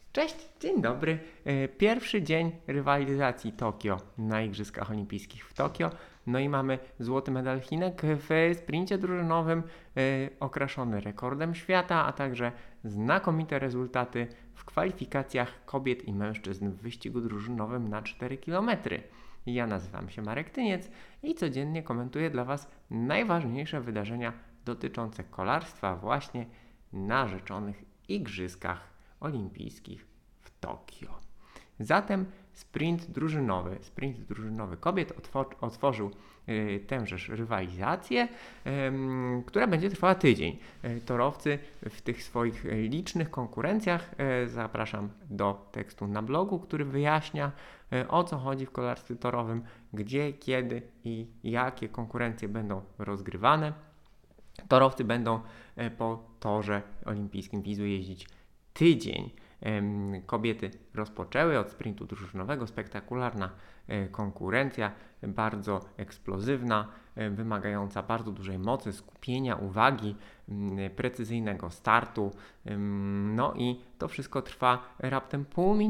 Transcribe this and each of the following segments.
Cześć, dzień dobry. Pierwszy dzień rywalizacji Tokio na Igrzyskach Olimpijskich w Tokio. No i mamy złoty medal Chinek w sprincie drużynowym, okraszony rekordem świata, a także znakomite rezultaty w kwalifikacjach kobiet i mężczyzn w wyścigu drużynowym na 4 km. Ja nazywam się Marek Tyniec i codziennie komentuję dla Was najważniejsze wydarzenia dotyczące kolarstwa właśnie na rzeczonych Igrzyskach Olimpijskich w Tokio. Zatem sprint drużynowy kobiet otworzył tężeż rywalizację, która będzie trwała tydzień. Torowcy w tych swoich licznych konkurencjach, zapraszam do tekstu na blogu, który wyjaśnia, o co chodzi w kolarstwie torowym, gdzie, kiedy i jakie konkurencje będą rozgrywane. Torowcy będą po torze olimpijskim Wizły jeździć tydzień. Kobiety rozpoczęły od sprintu drużynowego, spektakularna konkurencja, bardzo eksplozywna, wymagająca bardzo dużej mocy, skupienia, uwagi, precyzyjnego startu. No i to wszystko trwa raptem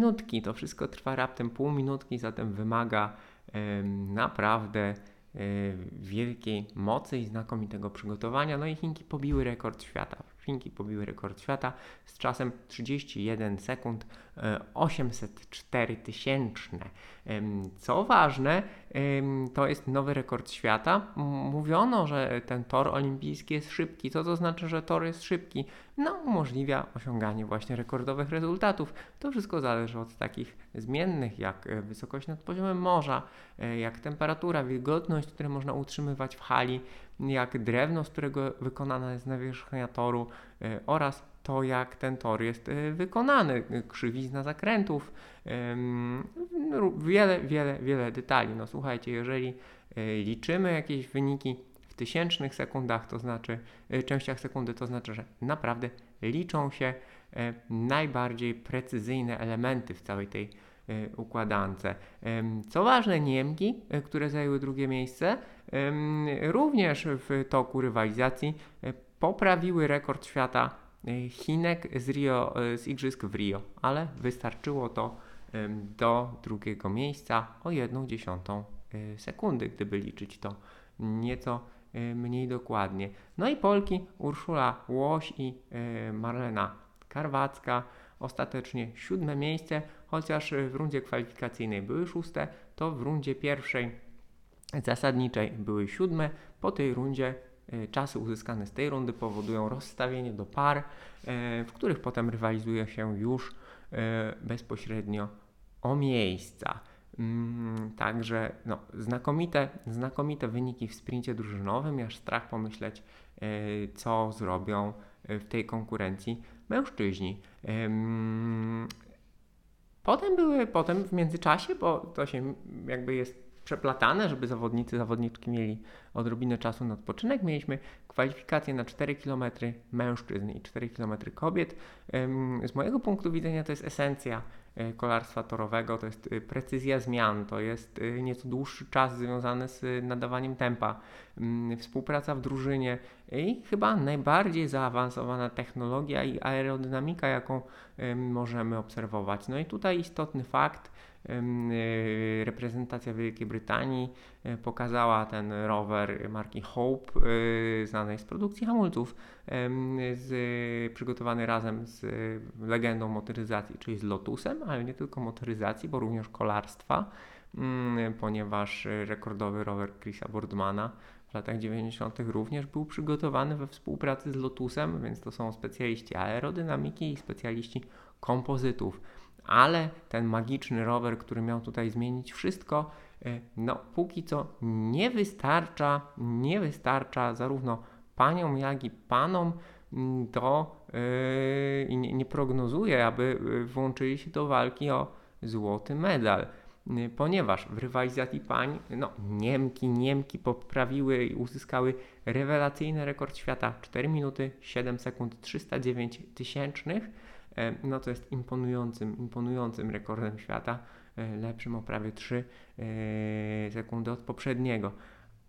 pół minutki, zatem wymaga naprawdę wielkiej mocy i znakomitego przygotowania. No i Chinki pobiły rekord świata z czasem 31 sekund 804 tysięczne. Co ważne, to jest nowy rekord świata. Mówiono, że ten tor olimpijski jest szybki. Co to znaczy, że tor jest szybki? No, umożliwia osiąganie właśnie rekordowych rezultatów. To wszystko zależy od takich zmiennych, jak wysokość nad poziomem morza, jak temperatura, wilgotność, które można utrzymywać w hali, jak drewno, z którego wykonana jest nawierzchnia toru oraz to, jak ten tor jest wykonany, krzywizna zakrętów, wiele detali. No słuchajcie, jeżeli liczymy jakieś wyniki w tysięcznych sekundach, to znaczy częściach sekundy, to znaczy, że naprawdę liczą się najbardziej precyzyjne elementy w całej tej układance. Co ważne, Niemki, które zajęły drugie miejsce, również w toku rywalizacji poprawiły rekord świata Chinek z igrzysk w Rio, ale wystarczyło to do drugiego miejsca o 1/10 sekundy, gdyby liczyć to nieco mniej dokładnie. No i Polki Urszula Łoś i Marlena Karwacka ostatecznie 7. miejsce, chociaż w rundzie kwalifikacyjnej były 6, to w rundzie pierwszej zasadniczej były 7. Po tej rundzie czasy uzyskane z tej rundy powodują rozstawienie do par, w których potem rywalizuje się już bezpośrednio o miejsca. Także no, znakomite wyniki w sprincie drużynowym, aż strach pomyśleć, co zrobią w tej konkurencji mężczyźni. Potem w międzyczasie, bo to się jakby jest przeplatane, żeby zawodniczki mieli odrobinę czasu na odpoczynek. Mieliśmy kwalifikacje na 4 km mężczyzn i 4 km kobiet. Z mojego punktu widzenia to jest esencja kolarstwa torowego, to jest precyzja zmian, to jest nieco dłuższy czas związany z nadawaniem tempa, współpraca w drużynie i chyba najbardziej zaawansowana technologia i aerodynamika, jaką możemy obserwować. No i tutaj istotny fakt, reprezentacja Wielkiej Brytanii pokazała ten rower marki Hope, znanej z produkcji hamulców, przygotowany razem z legendą motoryzacji, czyli z Lotusem, ale nie tylko motoryzacji, bo również kolarstwa, ponieważ rekordowy rower Chrisa Boardmana w latach 90. również był przygotowany we współpracy z Lotusem, więc to są specjaliści aerodynamiki i specjaliści kompozytów. Ale ten magiczny rower, który miał tutaj zmienić wszystko, no póki co nie wystarcza zarówno paniom, jak i panom i nie prognozuje, aby włączyli się do walki o złoty medal. Ponieważ w rywalizacji pań Niemki poprawiły i uzyskały rewelacyjny rekord świata 4 minuty 7 sekund 309 tysięcznych. No to jest imponującym rekordem świata, lepszym o prawie 3 sekundy od poprzedniego.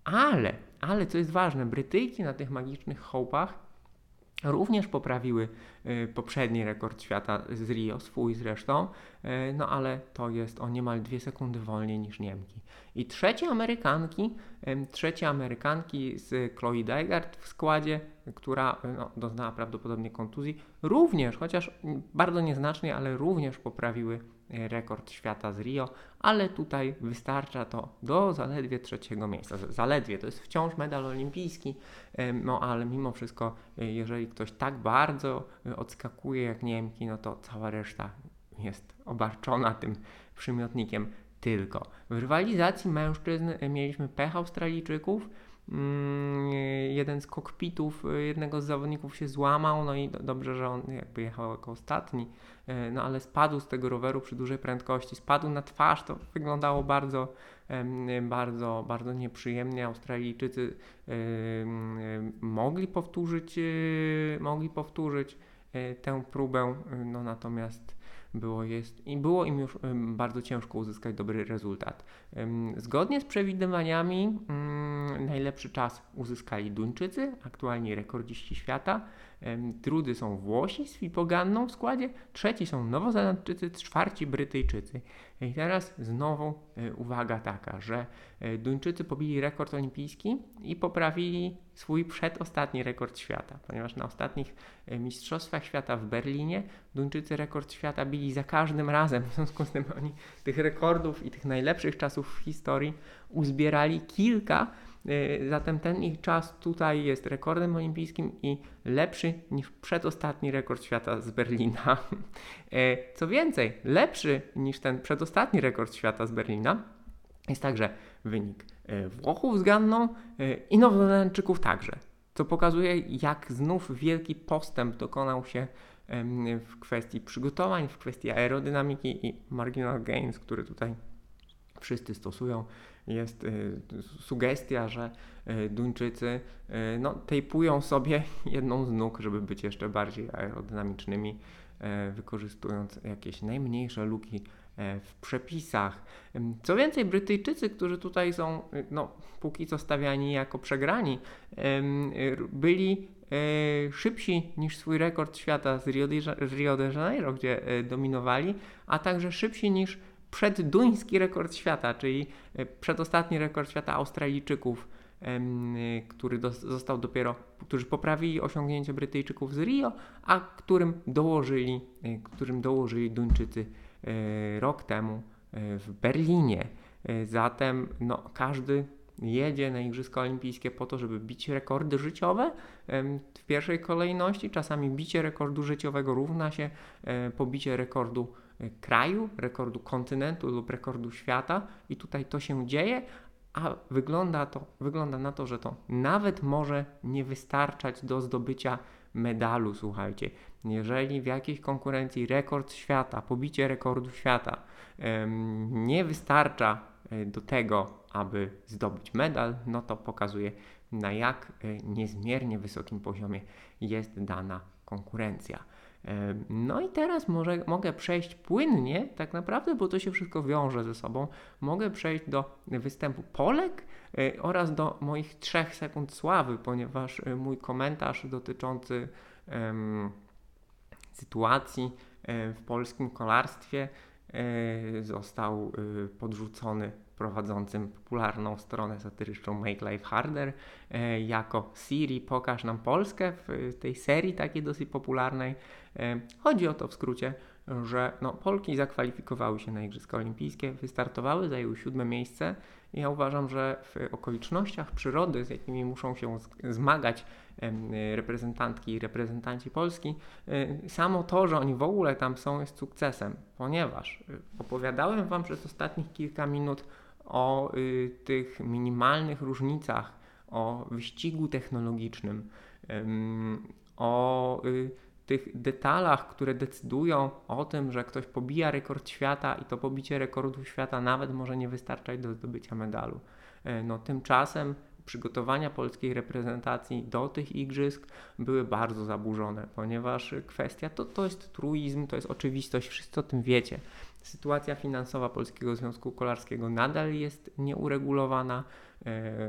Ale co jest ważne, Brytyjki na tych magicznych hołpach również poprawiły poprzedni rekord świata z Rio, swój zresztą, no ale to jest o niemal 2 sekundy wolniej niż Niemki. I trzecie Amerykanki z Chloe Dygert w składzie, która doznała prawdopodobnie kontuzji, również, chociaż bardzo nieznacznie, ale również poprawiły rekord świata z Rio, ale tutaj wystarcza to do zaledwie 3. miejsca. Zaledwie, to jest wciąż medal olimpijski, no ale mimo wszystko, jeżeli ktoś tak bardzo odskakuje jak Niemki, no to cała reszta jest obarczona tym przymiotnikiem tylko. W rywalizacji mężczyzn mieliśmy pech Australijczyków. Jeden z kokpitów jednego z zawodników się złamał, no i dobrze, że on jakby jechał jako ostatni, no ale spadł z tego roweru przy dużej prędkości, spadł na twarz, to wyglądało bardzo nieprzyjemnie. Australijczycy mogli powtórzyć tę próbę, no natomiast było im już bardzo ciężko uzyskać dobry rezultat. Zgodnie z przewidywaniami najlepszy czas uzyskali Duńczycy, aktualnie rekordziści świata. Drudzy są Włosi z Filippo Ganną w składzie, trzeci są Nowozelandczycy, czwarci Brytyjczycy. I teraz znowu uwaga taka, że Duńczycy pobili rekord olimpijski i poprawili swój przedostatni rekord świata, ponieważ na ostatnich mistrzostwach świata w Berlinie Duńczycy rekord świata bili za każdym razem, w związku z tym oni tych rekordów i tych najlepszych czasów w historii uzbierali kilka. Zatem ten ich czas tutaj jest rekordem olimpijskim i lepszy niż przedostatni rekord świata z Berlina. Co więcej, lepszy niż ten przedostatni rekord świata z Berlina jest także wynik Włochów z Ganną i Nowozelandczyków także, co pokazuje, jak znów wielki postęp dokonał się w kwestii przygotowań, w kwestii aerodynamiki i marginal gains, który tutaj wszyscy stosują. Jest sugestia, że Duńczycy tejpują sobie jedną z nóg, żeby być jeszcze bardziej aerodynamicznymi, wykorzystując jakieś najmniejsze luki w przepisach. Co więcej, Brytyjczycy, którzy tutaj są póki co stawiani jako przegrani, byli szybsi niż swój rekord świata z Rio de Janeiro, gdzie dominowali, a także szybsi niż przedduński rekord świata, czyli przedostatni rekord świata Australijczyków, którzy poprawili osiągnięcie Brytyjczyków z Rio, a którym dołożyli Duńczycy rok temu w Berlinie. Zatem każdy jedzie na Igrzyska Olimpijskie po to, żeby bić rekordy życiowe w pierwszej kolejności. Czasami bicie rekordu życiowego równa się pobicie rekordu kraju, rekordu kontynentu lub rekordu świata i tutaj to się dzieje, a wygląda na to, że to nawet może nie wystarczać do zdobycia medalu. Słuchajcie, jeżeli w jakiejś konkurencji rekord świata, pobicie rekordu świata nie wystarcza do tego, aby zdobyć medal, no to pokazuje, na jak niezmiernie wysokim poziomie jest dana konkurencja. No i teraz mogę przejść płynnie, tak naprawdę, bo to się wszystko wiąże ze sobą. Mogę przejść do występu Polek oraz do moich 3 sekund sławy, ponieważ mój komentarz dotyczący sytuacji w polskim kolarstwie został podrzucony prowadzącym popularną stronę satyryczną Make Life Harder jako Siri, pokaż nam Polskę w tej serii takiej dosyć popularnej. Chodzi o to w skrócie, że Polki zakwalifikowały się na Igrzyska Olimpijskie, wystartowały, zajęły 7. miejsce. Ja uważam, że w okolicznościach przyrody, z jakimi muszą się zmagać reprezentantki i reprezentanci Polski, samo to, że oni w ogóle tam są, jest sukcesem, ponieważ opowiadałem Wam przez ostatnich kilka minut o tych minimalnych różnicach, o wyścigu technologicznym, o tych detalach, które decydują o tym, że ktoś pobija rekord świata i to pobicie rekordu świata nawet może nie wystarczać do zdobycia medalu. Tymczasem przygotowania polskiej reprezentacji do tych igrzysk były bardzo zaburzone, ponieważ kwestia to jest truizm, to jest oczywistość, wszyscy o tym wiecie. Sytuacja finansowa Polskiego Związku Kolarskiego nadal jest nieuregulowana.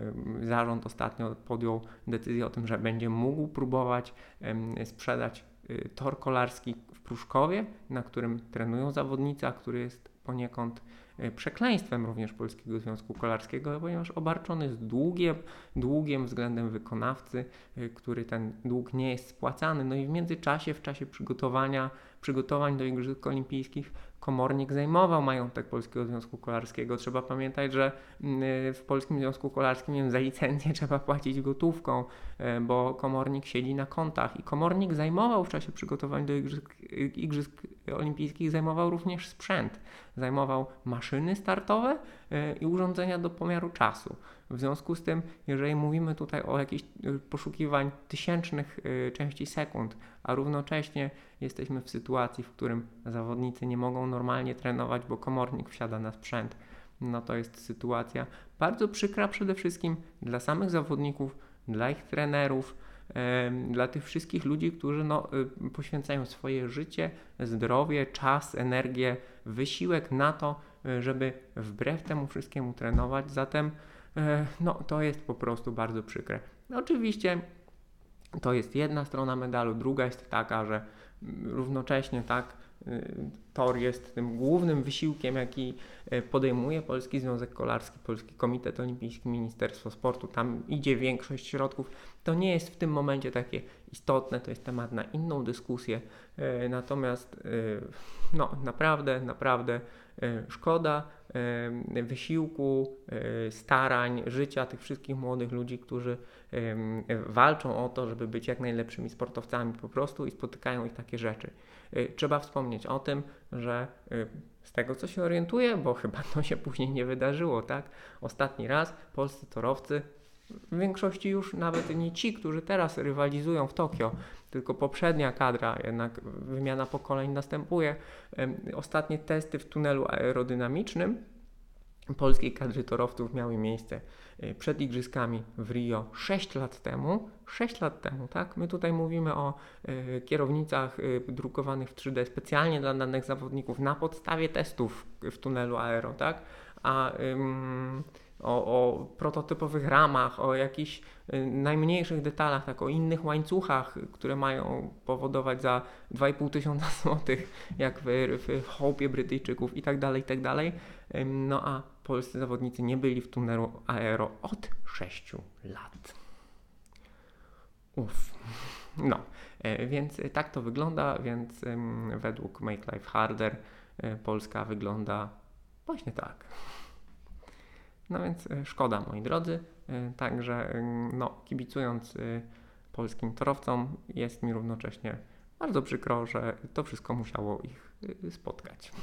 Zarząd ostatnio podjął decyzję o tym, że będzie mógł próbować sprzedać tor kolarski w Pruszkowie, na którym trenują zawodnicy, a który jest poniekąd przekleństwem również Polskiego Związku Kolarskiego, ponieważ obarczony jest długiem względem wykonawcy, który ten dług nie jest spłacany. No i w międzyczasie, w czasie przygotowań do Igrzysk Olimpijskich, komornik zajmował majątek Polskiego Związku Kolarskiego. Trzeba pamiętać, że w Polskim Związku Kolarskim za licencję trzeba płacić gotówką, bo komornik siedzi na kontach i komornik zajmował w czasie przygotowań do Igrzysk Olimpijskich zajmował również sprzęt. Zajmował maszyny startowe i urządzenia do pomiaru czasu. W związku z tym, jeżeli mówimy tutaj o jakichś poszukiwań tysięcznych części sekund, a równocześnie jesteśmy w sytuacji, w którym zawodnicy nie mogą normalnie trenować, bo komornik wsiada na sprzęt, no to jest sytuacja bardzo przykra przede wszystkim dla samych zawodników, dla ich trenerów, dla tych wszystkich ludzi, którzy poświęcają swoje życie, zdrowie, czas, energię, wysiłek na to, żeby wbrew temu wszystkiemu trenować. Zatem to jest po prostu bardzo przykre. Oczywiście to jest jedna strona medalu, druga jest taka, że równocześnie tor jest tym głównym wysiłkiem, jaki podejmuje Polski Związek Kolarski, Polski Komitet Olimpijski, Ministerstwo Sportu. Tam idzie większość środków. To nie jest w tym momencie takie istotne, to jest temat na inną dyskusję. Natomiast naprawdę szkoda wysiłku, starań, życia tych wszystkich młodych ludzi, którzy walczą o to, żeby być jak najlepszymi sportowcami po prostu i spotykają ich takie rzeczy. Trzeba wspomnieć o tym, że z tego co się orientuję, bo chyba to się później nie wydarzyło, tak? Ostatni raz polscy torowcy, w większości już nawet nie ci, którzy teraz rywalizują w Tokio, tylko poprzednia kadra, jednak wymiana pokoleń następuje. Ostatnie testy w tunelu aerodynamicznym polskiej kadry torowców miały miejsce przed Igrzyskami w Rio 6 lat temu. 6 lat temu, tak? My tutaj mówimy o kierownicach drukowanych w 3D specjalnie dla danych zawodników na podstawie testów w tunelu aero, tak? A o prototypowych ramach, o jakichś najmniejszych detalach, tak, o innych łańcuchach, które mają powodować za 2500 zł, jak w Hope'ie Brytyjczyków i tak dalej. No a polscy zawodnicy nie byli w tunelu aero od 6 lat. Więc tak to wygląda, więc według Make Life Harder Polska wygląda właśnie tak. No więc szkoda, moi drodzy, także kibicując polskim torowcom jest mi równocześnie bardzo przykro, że to wszystko musiało ich spotkać.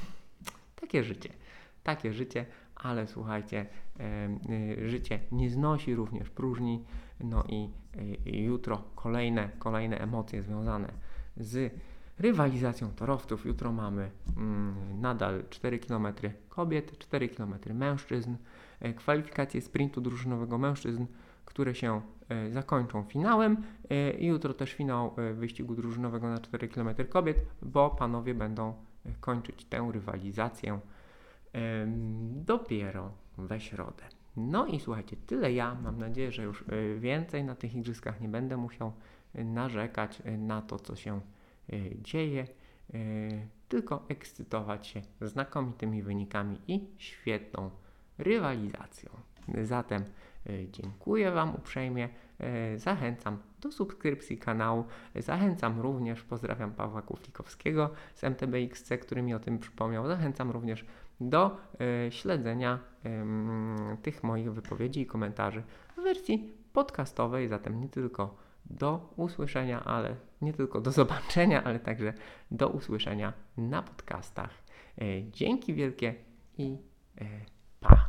Takie życie, ale słuchajcie, życie nie znosi również próżni, no i jutro kolejne emocje związane z rywalizacją torowców. Jutro mamy nadal 4 km kobiet, 4 km mężczyzn, kwalifikacje sprintu drużynowego mężczyzn, które się zakończą finałem i jutro też finał wyścigu drużynowego na 4 km kobiet, bo panowie będą kończyć tę rywalizację dopiero we środę. No i słuchajcie, tyle ja. Mam nadzieję, że już więcej na tych igrzyskach nie będę musiał narzekać na to, co się dzieje, tylko ekscytować się znakomitymi wynikami i świetną rywalizacją. Zatem dziękuję Wam uprzejmie, zachęcam do subskrypcji kanału, zachęcam również, pozdrawiam Pawła Kuflikowskiego z MTBXC, który mi o tym przypomniał, zachęcam również do śledzenia tych moich wypowiedzi i komentarzy w wersji podcastowej, zatem nie tylko do usłyszenia, nie tylko do zobaczenia, ale także do usłyszenia na podcastach. Dzięki wielkie i pa!